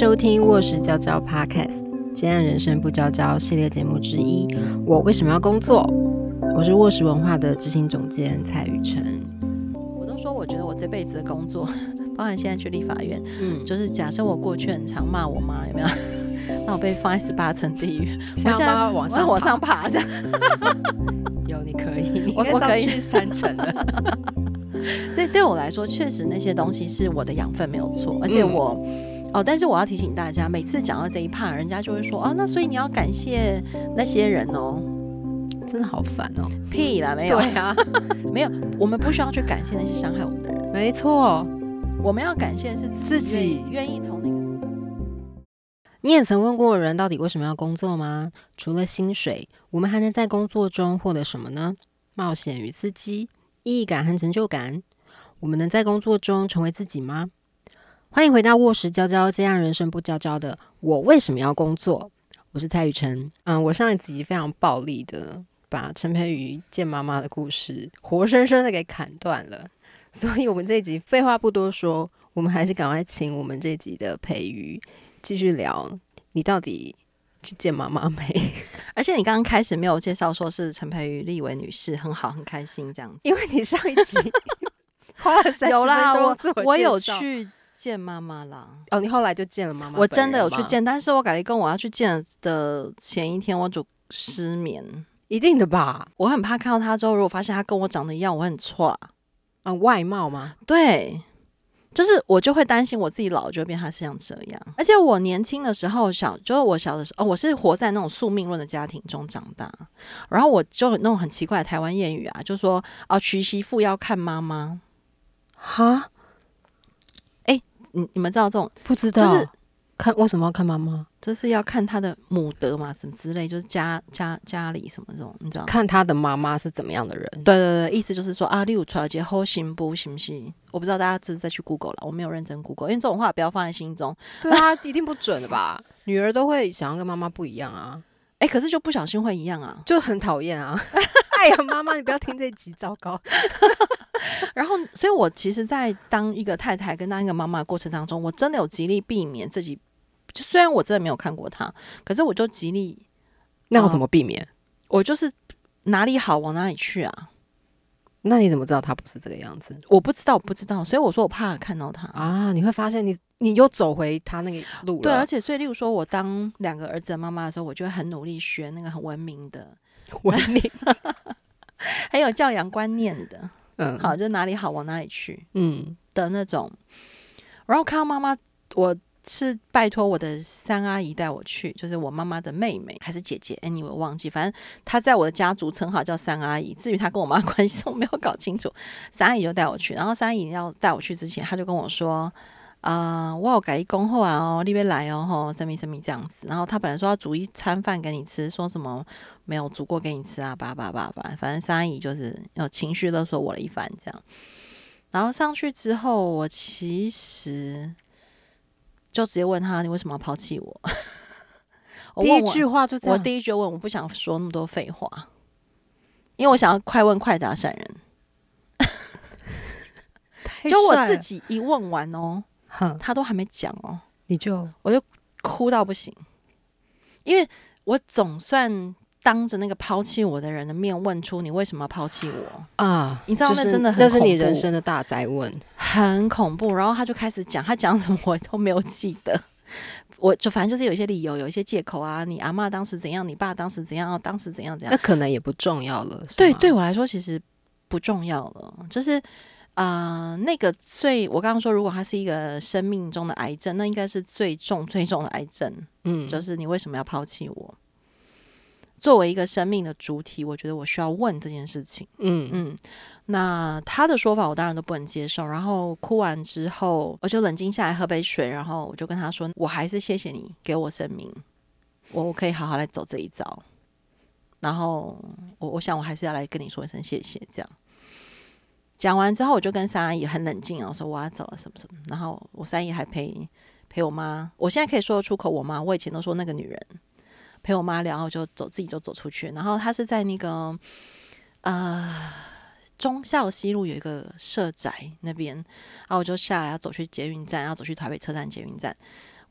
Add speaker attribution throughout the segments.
Speaker 1: 收听卧石娇娇 Podcast 接案人生不娇娇系列节目之一，我为什么要工作？我是卧石文化的执行总监蔡雨辰。
Speaker 2: 我都说我觉得我这辈子的工作包含现在去立法院，就是假设我过去很常骂我妈，有没有？那我被放在18层地狱，我现在
Speaker 1: 往
Speaker 2: 上爬这样。
Speaker 1: 有你可以，你
Speaker 2: 我可以
Speaker 1: 上去3层了。
Speaker 2: 所以对我来说，确实那些东西是我的养分，没有错。而且但是我要提醒大家，每次讲到这一 part， 人家就会说那所以你要感谢那些人哦。
Speaker 1: 真的好烦哦！
Speaker 2: 屁啦，没有。
Speaker 1: 对啊，
Speaker 2: 没有，我们不需要去感谢那些伤害我们的人。
Speaker 1: 没错，
Speaker 2: 我们要感谢是自己愿意从那个。
Speaker 1: 你也曾问过人到底为什么要工作吗？除了薪水，我们还能在工作中获得什么呢？冒险与刺激，意义感和成就感。我们能在工作中成为自己吗？欢迎回到卧石娇娇，这样人生不娇娇的我为什么要工作？我是蔡雨辰。我上一集非常暴力的把陈培瑜见妈妈的故事活生生的给砍断了，所以我们这一集废话不多说，我们还是赶快请我们这一集的培瑜继续聊，你到底去见妈妈没？
Speaker 2: 而且你刚刚开始没有介绍说是陈培瑜立委女士，很好，很开心这样子。
Speaker 1: 因为你上一集花了30分钟
Speaker 2: 有啦，我有
Speaker 1: 去
Speaker 2: 去见妈妈啦。
Speaker 1: 你后来就见了妈妈？
Speaker 2: 我真的有去见，但是我改跟我要去见的前一天，我就失眠。
Speaker 1: 一定的吧？
Speaker 2: 我很怕看到她之后，如果发现她跟我长得一样，我很挫
Speaker 1: 外貌吗？
Speaker 2: 对。就是我就会担心我自己老了就会变他像这样，而且我年轻的时候就是我小的时候，我是活在那种宿命论的家庭中长大，然后我就那种很奇怪的台湾谚语啊，就说娶媳妇要看妈妈。
Speaker 1: 哈？
Speaker 2: 你们知道这种？
Speaker 1: 不知道，
Speaker 2: 就是
Speaker 1: 看为什么要看妈妈？
Speaker 2: 就是要看她的母德嘛，什么之类，就是家里什么这种，你知道？
Speaker 1: 看她的妈妈是怎么样的人？
Speaker 2: 对对对，意思就是说你有出来结好行不行不行？我不知道大家就是再去 Google 了，我没有认真 Google， 因为这种话不要放在心中。
Speaker 1: 对啊，一定不准的吧？女儿都会想要跟妈妈不一样啊。
Speaker 2: 可是就不小心会一样啊，
Speaker 1: 就很讨厌啊。哎呀，妈妈，你不要听这集，糟糕。
Speaker 2: 然后，所以我其实，在当一个太太跟当一个妈妈的过程当中，我真的有极力避免自己。就虽然我真的没有看过她，可是我就极力。
Speaker 1: 那我怎么避免？
Speaker 2: 我就是哪里好往哪里去啊。
Speaker 1: 那你怎么知道她不是这个样子？
Speaker 2: 我不知道，所以我说我怕看到她
Speaker 1: 啊。你会发现你又走回她那个路了。
Speaker 2: 对，而且所以，例如说我当2个儿子的妈妈的时候，我就会很努力学那个很文明的。很有教养观念的，好，就哪里好往哪里去，的那种。然后看到妈妈，我是拜托我的3阿姨带我去，就是我妈妈的妹妹还是姐姐，anyway 我忘记，反正她在我的家族称号叫3阿姨。至于她跟我妈的关系，我没有搞清楚。3阿姨就带我去，然后3阿姨要带我去之前，她就跟我说。我有跟你讲好啊你要来哦什么什么这样子。然后他本来说要煮一餐饭给你吃，说什么没有煮过给你吃啊，反正3阿姨就是有情绪勒索我了一番这样。然后上去之后，我其实就直接问他你为什么要抛弃我？
Speaker 1: 第一句话就这样。
Speaker 2: 我第一句问，我不想说那么多废话，因为我想要快问快答闪人。就我自己一问完他都还没讲我就哭到不行，因为我总算当着那个抛弃我的人的面问出你为什么要抛弃我啊？你知道那真的很恐怖，
Speaker 1: 那是你人生的大哉问，
Speaker 2: 很恐怖。然后他就开始讲，他讲什么我都没有记得，我就反正就是有一些理由，有一些借口啊，你阿嬷当时怎样，你爸当时怎样，当时怎样怎样，
Speaker 1: 那可能也不重要了。
Speaker 2: 对我来说其实不重要了，就是那个我刚刚说，如果它是一个生命中的癌症，那应该是最重的癌症。就是你为什么要抛弃我？作为一个生命的主体，我觉得我需要问这件事情。那他的说法我当然都不能接受。然后哭完之后，我就冷静下来，喝杯水，然后我就跟他说：“我还是谢谢你给我生命，我可以好好来走这一遭。然后我想我还是要来跟你说一声谢谢，这样。”讲完之后，我就跟3阿姨很冷静说我要走了什么什么。然后我3阿姨还陪我妈，我现在可以说得出口我妈，我以前都说那个女人陪我妈聊，然后就自己就走出去。然后她是在那个忠孝西路有一个社宅那边，然后我就下来要走去捷运站，要走去台北车站捷运站。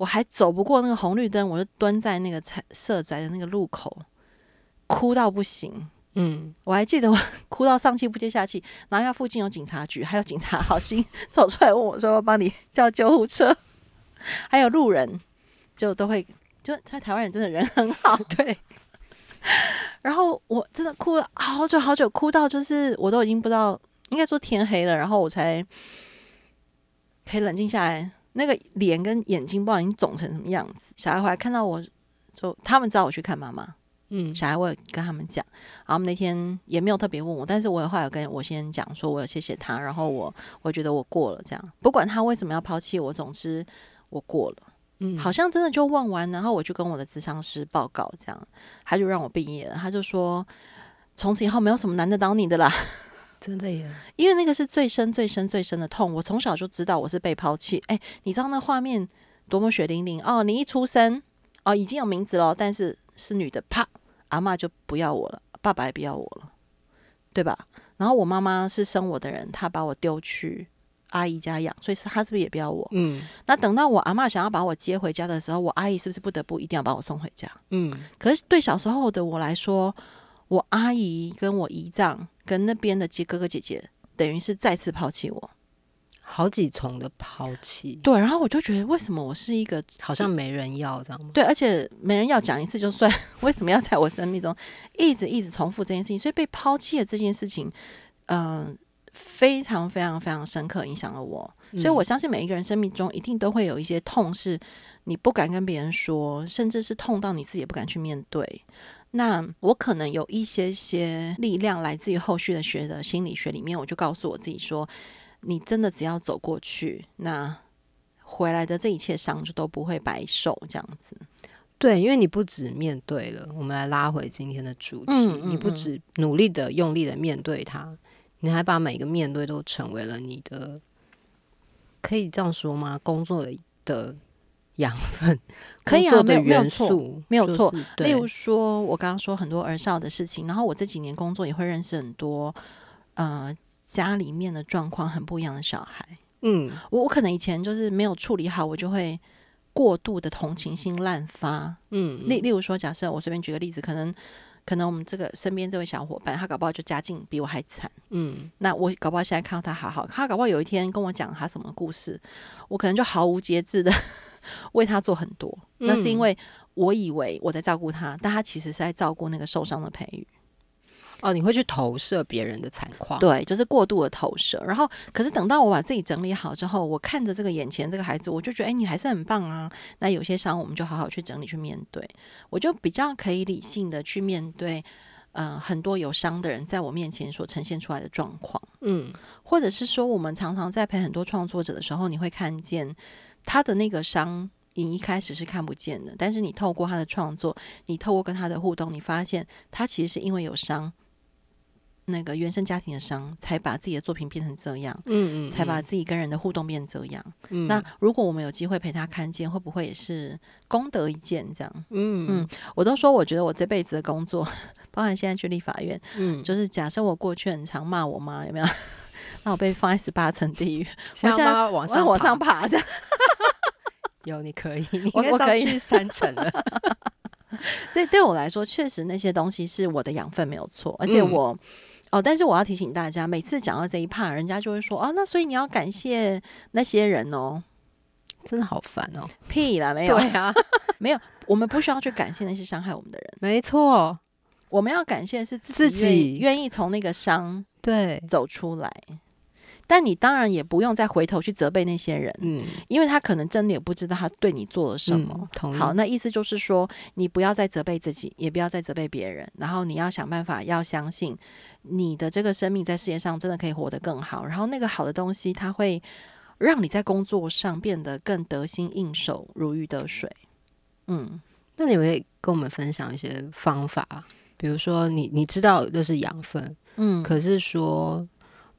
Speaker 2: 我还走不过那个红绿灯，我就蹲在那个社宅的那个路口，哭到不行。我还记得我哭到上气不接下气，然后附近有警察局，还有警察好心走出来问我说要帮你叫救护车，还有路人就都会，就在台湾人真的人很好，
Speaker 1: 对。
Speaker 2: 然后我真的哭了好久好久，哭到就是我都已经不知道，应该说天黑了，然后我才可以冷静下来。那个脸跟眼睛不知道已经肿成什么样子。小孩回来看到我，就他们知道我去看妈妈。小孩我有跟他们讲，然后他们那天也没有特别问我，但是我后来有跟我先生讲说，我有谢谢他，然后我觉得我过了，这样不管他为什么要抛弃我，总之我过了。好像真的就问完，然后我就跟我的咨商师报告，这样他就让我毕业了。他就说，从此以后没有什么难得倒你的啦。
Speaker 1: 真的耶，
Speaker 2: 因为那个是最深最深最深的痛。我从小就知道我是被抛弃。你知道那画面多么血淋淋哦！你一出生哦，已经有名字了，但是是女的，啪，阿嬷就不要我了，爸爸也不要我了，对吧？然后我妈妈是生我的人，她把我丢去阿姨家养，所以她是不是也不要我？那等到我阿嬷想要把我接回家的时候，我阿姨是不是不得不一定要把我送回家？可是对小时候的我来说，我阿姨跟我姨丈跟那边的哥哥姐姐，等于是再次抛弃我，
Speaker 1: 好几重的抛弃。
Speaker 2: 对，然后我就觉得为什么我是一个
Speaker 1: 好像没人要这样吗？
Speaker 2: 对，而且没人要讲一次就算，为什么要在我生命中一直重复这件事情？所以被抛弃的这件事情，非常非常非常深刻影响了我。所以我相信每一个人生命中一定都会有一些痛是你不敢跟别人说，甚至是痛到你自己也不敢去面对。那我可能有一些力量来自于后续的学的心理学里面，我就告诉我自己说，你真的只要走过去，那回来的这一切伤就都不会白受，这样子。
Speaker 1: 对，因为你不只面对了，我们来拉回今天的主题，你不只努力的用力的面对它，你还把每个面对都成为了你的，可以这样说吗？工作的养分，
Speaker 2: 可以啊，
Speaker 1: 工作的元素，
Speaker 2: 没有错。
Speaker 1: 就是
Speaker 2: 例如说，我刚刚说很多儿少的事情，然后我这几年工作也会认识很多家里面的状况很不一样的小孩。我可能以前就是没有处理好，我就会过度的同情心滥发。例如说，假设我随便举个例子，可能我们这个身边这位小伙伴，他搞不好就家境比我还惨。那我搞不好现在看到他好好，他搞不好有一天跟我讲他什么故事，我可能就毫无节制的为他做很多。那是因为我以为我在照顾他，但他其实是在照顾那个受伤的培育。
Speaker 1: 你会去投射别人的惨况，
Speaker 2: 对，就是过度的投射。然后，可是等到我把自己整理好之后，我看着这个眼前这个孩子，我就觉得，你还是很棒啊。那有些伤，我们就好好去整理、去面对。我就比较可以理性的去面对，很多有伤的人在我面前所呈现出来的状况。或者是说，我们常常在陪很多创作者的时候，你会看见他的那个伤。你一开始是看不见的，但是你透过他的创作，你透过跟他的互动，你发现他其实是因为有伤，那个原生家庭的伤，才把自己的作品变成这样，才把自己跟人的互动变成这样。那如果我们有机会陪他看见，会不会也是功德一件？这样，我都说，我觉得我这辈子的工作，包含现在去立法院，就是假设我过去很常骂我妈，有没有？那我被放在18层地狱，我现在往上爬，这样。
Speaker 1: 有，你可以，你应该上去3层了。
Speaker 2: 所以对我来说，确实那些东西是我的养分，没有错。而且但是我要提醒大家，每次讲到这一 part， 人家就会说，那所以你要感谢那些人哦。
Speaker 1: 真的好烦哦！
Speaker 2: 屁啦，没有。
Speaker 1: 对啊，
Speaker 2: 没有，我们不需要去感谢那些伤害我们的人。
Speaker 1: 没错，
Speaker 2: 我们要感谢的是自己愿意从那个伤走出来。但你当然也不用再回头去责备那些人，因为他可能真的也不知道他对你做了什么。好，那意思就是说，你不要再责备自己，也不要再责备别人，然后你要想办法，要相信你的这个生命在世界上真的可以活得更好，然后那个好的东西，它会让你在工作上变得更得心应手，如鱼得水。
Speaker 1: 那你会跟我们分享一些方法，比如说你知道这是养分，可是说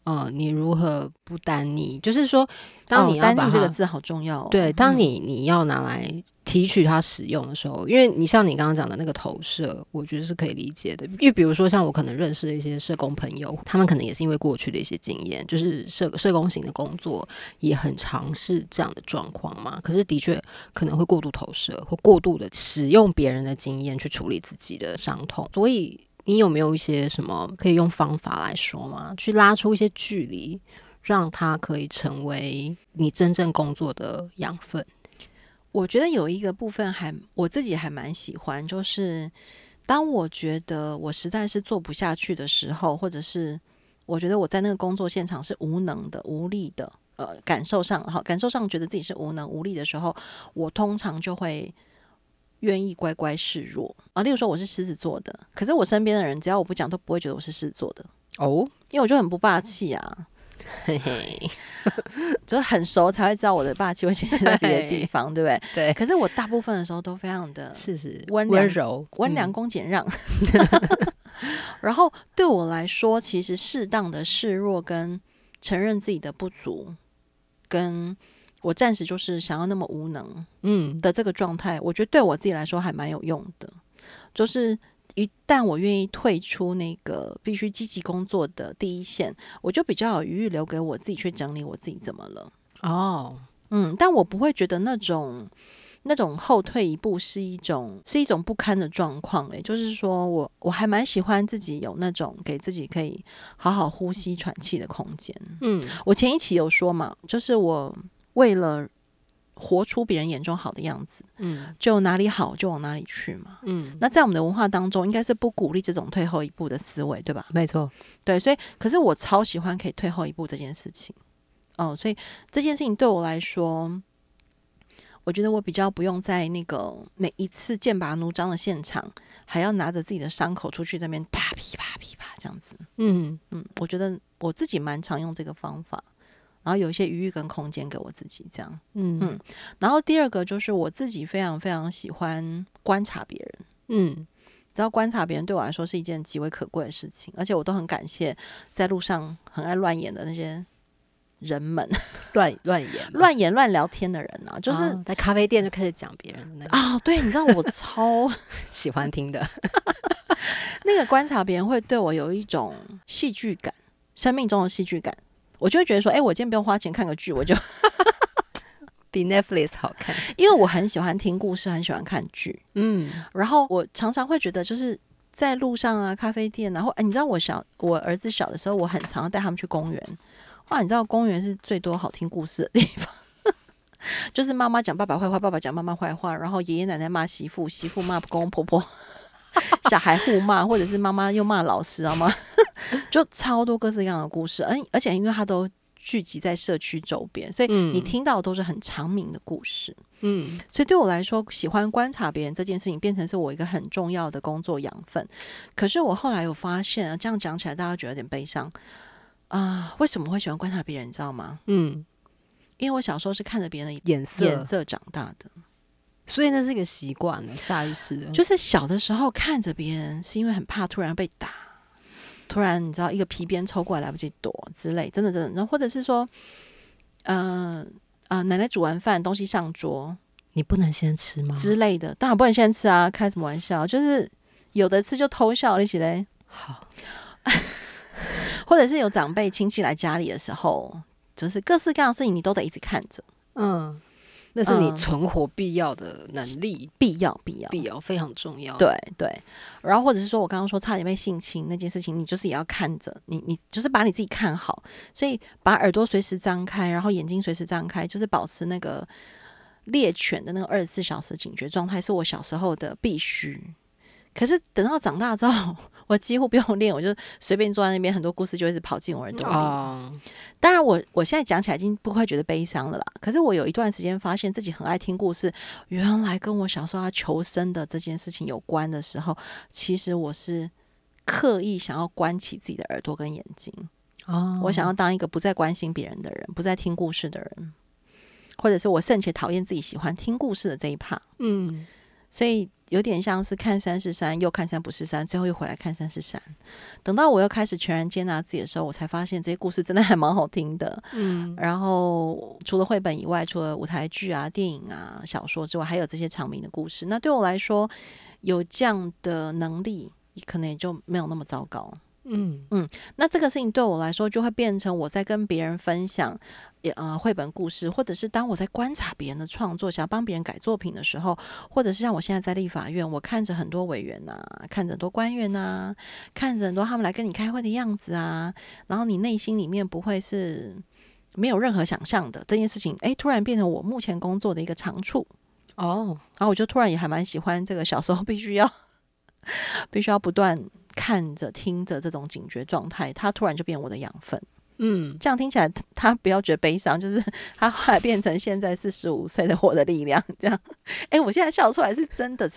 Speaker 1: 你如何不单逆，就是说当你要把它
Speaker 2: 单逆这个字好重要
Speaker 1: 对，当你要拿来提取它使用的时候，因为你像你刚刚讲的那个投射，我觉得是可以理解的。因为比如说像我可能认识的一些社工朋友，他们可能也是因为过去的一些经验，就是社工型的工作也很常是这样的状况嘛。可是的确可能会过度投射，或过度的使用别人的经验去处理自己的伤痛，所以你有没有一些什么可以用方法来说吗？去拉出一些距离，让它可以成为你真正工作的养分？
Speaker 2: 我觉得有一个部分我自己还蛮喜欢，就是当我觉得我实在是做不下去的时候，或者是我觉得我在那个工作现场是无能的、无力的，感受上觉得自己是无能无力的时候，我通常就会愿意乖乖示弱啊。例如说我是狮子座的，可是我身边的人只要我不讲都不会觉得我是狮子座的
Speaker 1: 哦，
Speaker 2: 因为我就很不霸气啊。
Speaker 1: 嘿嘿，
Speaker 2: 就是很熟才会知道我的霸气会显现在别的地方，对不对？
Speaker 1: 对。
Speaker 2: 可是我大部分的时候都非常的温
Speaker 1: 柔、
Speaker 2: 温良恭俭让。然后对我来说，其实适当的示弱跟承认自己的不足，跟我暂时就是想要那么无能的这个状态，我觉得对我自己来说还蛮有用的。就是一旦我愿意退出那个必须积极工作的第一线，我就比较有余裕留给我自己去整理我自己怎么了。但我不会觉得那种后退一步是一种不堪的状况。就是说我还蛮喜欢自己有那种给自己可以好好呼吸喘气的空间。我前一期有说嘛，就是我为了活出别人眼中好的样子，就哪里好就往哪里去嘛。那在我们的文化当中，应该是不鼓励这种退后一步的思维，对吧？
Speaker 1: 没错，
Speaker 2: 对，所以可是我超喜欢可以退后一步这件事情。所以这件事情对我来说，我觉得我比较不用在那个每一次剑拔弩张的现场，还要拿着自己的伤口出去这边啪噼啪噼啪这样子。我觉得我自己蛮常用这个方法。然后有一些余裕跟空间给我自己这样。然后第二个就是我自己非常非常喜欢观察别人。知道观察别人对我来说是一件极为可贵的事情，而且我都很感谢在路上很爱乱演的那些人们。乱言乱聊天的人啊，就是
Speaker 1: 在咖啡店就开始讲别人的那个
Speaker 2: 对，你知道我超
Speaker 1: 喜欢听的。
Speaker 2: 那个观察别人会对我有一种戏剧感，生命中的戏剧感。我就会觉得说，我今天不用花钱看个剧，我就
Speaker 1: 比 Netflix 好看。
Speaker 2: 因为我很喜欢听故事，很喜欢看剧。然后我常常会觉得，就是在路上啊、咖啡店，然后你知道我儿子小的时候，我很常带他们去公园。哇，你知道公园是最多好听故事的地方。就是妈妈讲爸爸坏话，爸爸讲妈妈坏话，然后爷爷奶奶骂媳妇，媳妇骂公公婆婆，小孩互骂，或者是妈妈又骂老师啊嘛，就超多各式各样的故事。而且因为它都聚集在社区周边，所以你听到的都是很长明的故事。所以对我来说，喜欢观察别人这件事情变成是我一个很重要的工作养分。可是我后来有发现这样讲起来大家觉得有点悲伤为什么会喜欢观察别人，你知道吗？因为我小时候是看着别人的眼色长大的，
Speaker 1: 所以那是一个习惯了，下意识的。
Speaker 2: 就是小的时候看着别人，是因为很怕突然被打，突然你知道一个皮鞭抽过来来不及躲之类，真的。然后或者是说，奶奶煮完饭东西上桌，
Speaker 1: 你不能先吃吗？
Speaker 2: 之类的，当然不能先吃啊！开什么玩笑？就是有的吃就偷笑一起嘞。
Speaker 1: 好，
Speaker 2: 或者是有长辈亲戚来家里的时候，就是各式各样的事情你都得一直看着。
Speaker 1: 那是你存活必要的能力，
Speaker 2: 必要，
Speaker 1: 非常重要。
Speaker 2: 对。然后或者是说我刚刚说差点被性侵那件事情，你就是也要看着，你就是把你自己看好，所以把耳朵随时张开，然后眼睛随时张开，就是保持那个猎犬的那个24小时警觉状态，是我小时候的必须。可是等到长大之后，我几乎不用练，我就随便坐在那边，很多故事就一直跑进我耳朵里。当然我现在讲起来已经不会觉得悲伤了啦。可是我有一段时间发现自己很爱听故事，原来跟我小时候要求生的这件事情有关的时候，其实我是刻意想要关起自己的耳朵跟眼睛。我想要当一个不再关心别人的人，不再听故事的人，或者是我甚且讨厌自己喜欢听故事的这一趴。所以有点像是看山是山，又看山不是山，最后又回来看山是山。等到我又开始全然接纳自己的时候，我才发现这些故事真的还蛮好听的。然后除了绘本以外，除了舞台剧啊、电影啊、小说之外，还有这些长名的故事。那对我来说，有这样的能力，可能也就没有那么糟糕。那这个事情对我来说就会变成我在跟别人分享绘本故事，或者是当我在观察别人的创作，想要帮别人改作品的时候，或者是像我现在在立法院，我看着很多委员啊，看着很多官员啊，看着很多他们来跟你开会的样子啊，然后你内心里面不会是没有任何想象的这件事情，突然变成我目前工作的一个长处然后我就突然也还蛮喜欢这个小时候必须要不断看着听着这种警觉状态，它突然就变我的养分。这样听起来他不要觉得悲伤，就是他后来变成现在45岁的我的力量这样。我现在笑出来是真的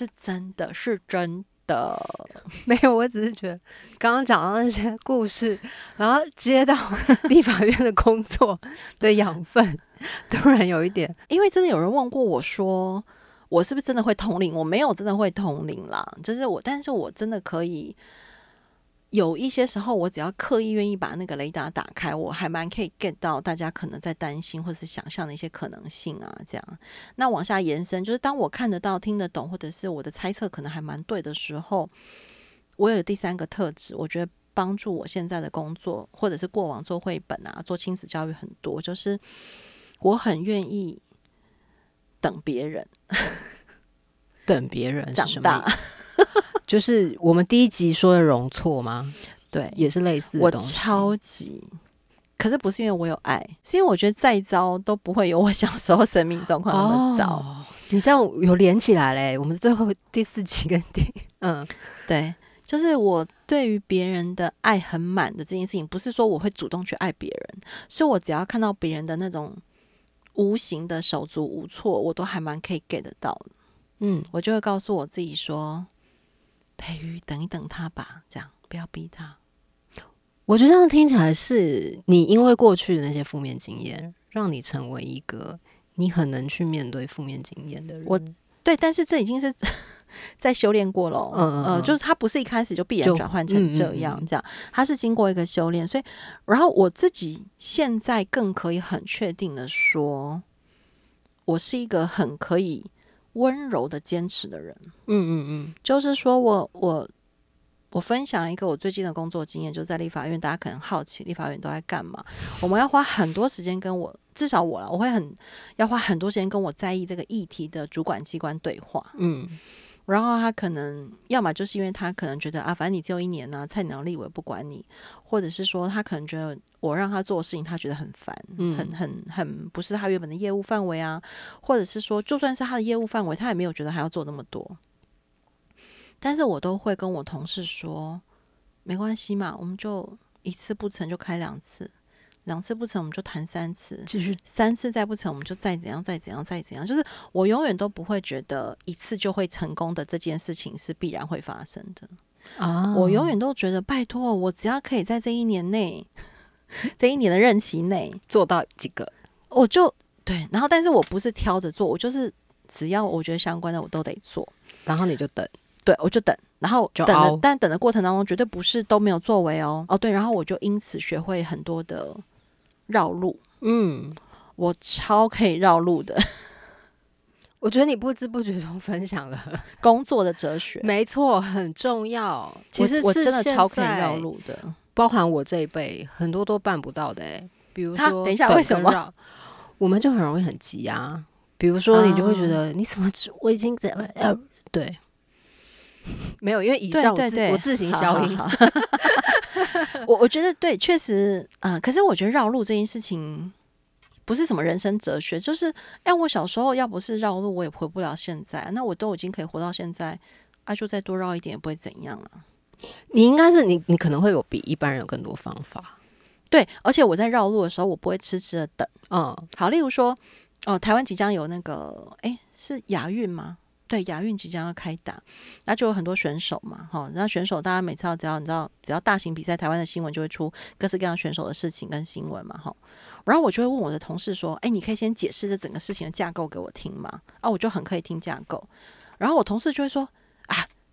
Speaker 1: 没有，我只是觉得刚刚讲到那些故事，然后接到立法院的工作的养分，突然有一点，
Speaker 2: 因为真的有人问过我说我是不是真的会通灵，我没有真的会通灵啦，就是但是我真的可以有一些时候，我只要刻意愿意把那个雷达打开，我还蛮可以 get 到大家可能在担心或是想象的一些可能性啊，这样。那往下延伸，就是当我看得到、听得懂，或者是我的猜测可能还蛮对的时候，我有第三个特质，我觉得帮助我现在的工作，或者是过往做绘本啊、做亲子教育很多，就是我很愿意等别人，
Speaker 1: 等别人
Speaker 2: 长大。
Speaker 1: 就是我们第一集说的容错吗？
Speaker 2: 对，
Speaker 1: 也是类似的东西。
Speaker 2: 我超级，可是不是因为我有爱，是因为我觉得再糟都不会有我小时候生命状况那么糟。
Speaker 1: 你这样有连起来嘞，我们最后第4集跟
Speaker 2: 对，就是我对于别人的爱很满的这件事情，不是说我会主动去爱别人，是我只要看到别人的那种无形的手足无措，我都还蛮可以 get 得到的。我就会告诉我自己说，培育等一等他吧，这样不要逼他。
Speaker 1: 我觉得这样听起来是你因为过去的那些负面经验，让你成为一个你很能去面对负面经验的人。
Speaker 2: 对，但是这已经是在修炼过了就是他不是一开始就必然转换成这样，这样他是经过一个修炼，所以然后我自己现在更可以很确定的说，我是一个很可以温柔的坚持的人。就是说我分享一个我最近的工作经验，就是在立法院，大家可能好奇立法院都在干嘛。我们要花很多时间跟至少我啦，我会要花很多时间跟我在意这个议题的主管机关对话。然后他可能要么就是因为他可能觉得反正你只有1年啊，菜鸟立委不管你，或者是说他可能觉得我让他做的事情他觉得很烦，很不是他原本的业务范围啊，或者是说就算是他的业务范围，他也没有觉得还要做那么多。但是我都会跟我同事说，没关系嘛，我们就1次不成就开2次，2次不成我们就谈3次，继续3次再不成我们就再怎样再怎样再怎样。就是我永远都不会觉得1次就会成功的这件事情是必然会发生的我永远都觉得拜托，我只要可以在这1年内这1年的任期内
Speaker 1: 做到几个，
Speaker 2: 我就对。然后但是我不是挑着做，我就是只要我觉得相关的我都得做，
Speaker 1: 然后你就等。
Speaker 2: 对，我就等，然后但等的过程当中绝对不是都没有作为对，然后我就因此学会很多的绕路。我超可以绕路的。
Speaker 1: 我觉得你不知不觉中分享了
Speaker 2: 工作的哲学，
Speaker 1: 没错，很重要。其实
Speaker 2: 我真的超可以绕路的，
Speaker 1: 包含我这一辈很多都办不到的比如说
Speaker 2: 等一下为什么
Speaker 1: 我们就很容易很急啊？比如说你就会觉得你怎么我已经对。没有，因为以上我自行消音。
Speaker 2: 我觉得对，确实可是我觉得绕路这件事情不是什么人生哲学，就是我小时候要不是绕路，我也活不了现在。那我都已经可以活到现在就再多绕一点也不会怎样啊。
Speaker 1: 你应该是你可能会有比一般人有更多方法。
Speaker 2: 对，而且我在绕路的时候，我不会痴痴的等。好，例如说台湾即将有那个是亚运吗？对，亚运即将要开打，那就有很多选手嘛，那选手大家每次只要大型比赛，台湾的新闻就会出各式各样选手的事情跟新闻嘛，然后我就会问我的同事说，你可以先解释这整个事情的架构给我听吗？我就很可以听架构，然后我同事就会说，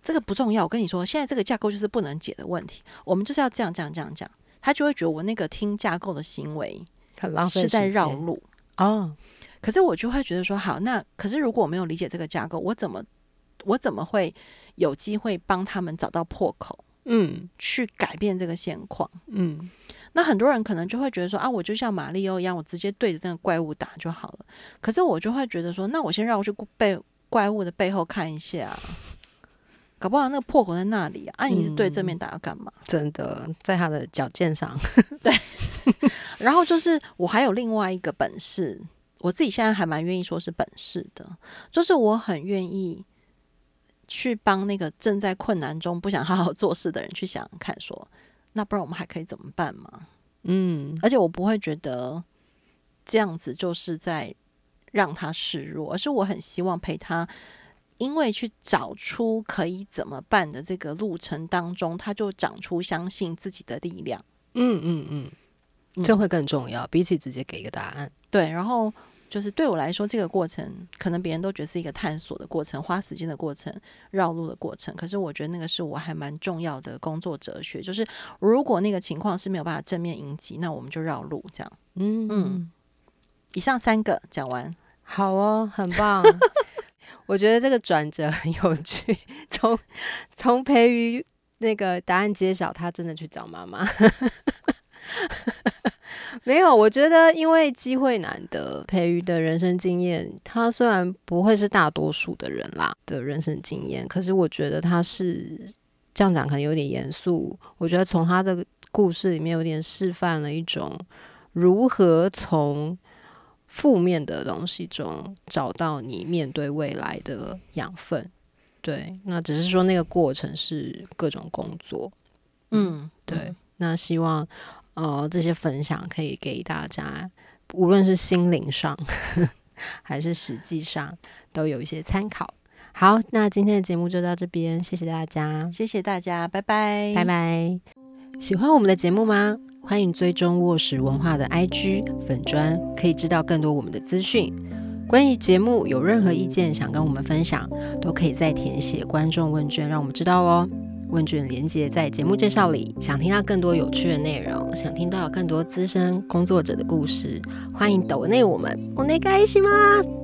Speaker 2: 这个不重要，我跟你说，现在这个架构就是不能解的问题，我们就是要这样，他就会觉得我那个听架构的行为
Speaker 1: 很浪费时间，
Speaker 2: 是在绕路
Speaker 1: 哦。
Speaker 2: 可是我就会觉得说，好，那可是如果我没有理解这个架构，我怎么会有机会帮他们找到破口？去改变这个现况。那很多人可能就会觉得说啊，我就像马里奥一样，我直接对着那个怪物打就好了。可是我就会觉得说，那我先让我去怪物的背后看一下，搞不好那个破口在那里啊！你是对正面打要干嘛？
Speaker 1: 真的，在他的脚尖上。
Speaker 2: 对。然后就是我还有另外一个本事，我自己现在还蛮愿意说是本事的，就是我很愿意去帮那个正在困难中不想好好做事的人去想想看说，那不然我们还可以怎么办吗？而且我不会觉得这样子就是在让他示弱，而是我很希望陪他，因为去找出可以怎么办的这个路程当中，他就长出相信自己的力量。
Speaker 1: 这会更重要，比起直接给一个答案。
Speaker 2: 对，然后就是对我来说，这个过程可能别人都觉得是一个探索的过程，花时间的过程，绕路的过程。可是我觉得那个是我还蛮重要的工作哲学，就是如果那个情况是没有办法正面迎击，那我们就绕路这样。以上3个讲完，
Speaker 1: 好哦，很棒。我觉得这个转折很有趣，从培瑜那个答案揭晓，他真的去找妈妈。没有，我觉得因为机会难得，培瑜的人生经验，他虽然不会是大多数的人啦的人生经验，可是我觉得他是这样讲可能有点严肃。我觉得从他的故事里面有点示范了一种如何从负面的东西中找到你面对未来的养分。对，那只是说那个过程是各种工作。对，那希望这些分享可以给大家，无论是心灵上还是实际上都有一些参考。好，那今天的节目就到这边，谢谢大家，
Speaker 2: 谢谢大家，拜拜，
Speaker 1: 拜拜。喜欢我们的节目吗？欢迎追踪沃石文化的 IG 粉专，可以知道更多我们的资讯。关于节目有任何意见想跟我们分享，都可以再填写观众问卷让我们知道哦。问卷连结在节目介绍里。想听到更多有趣的内容，想听到更多资深工作者的故事，欢迎抖内我们。お願いします。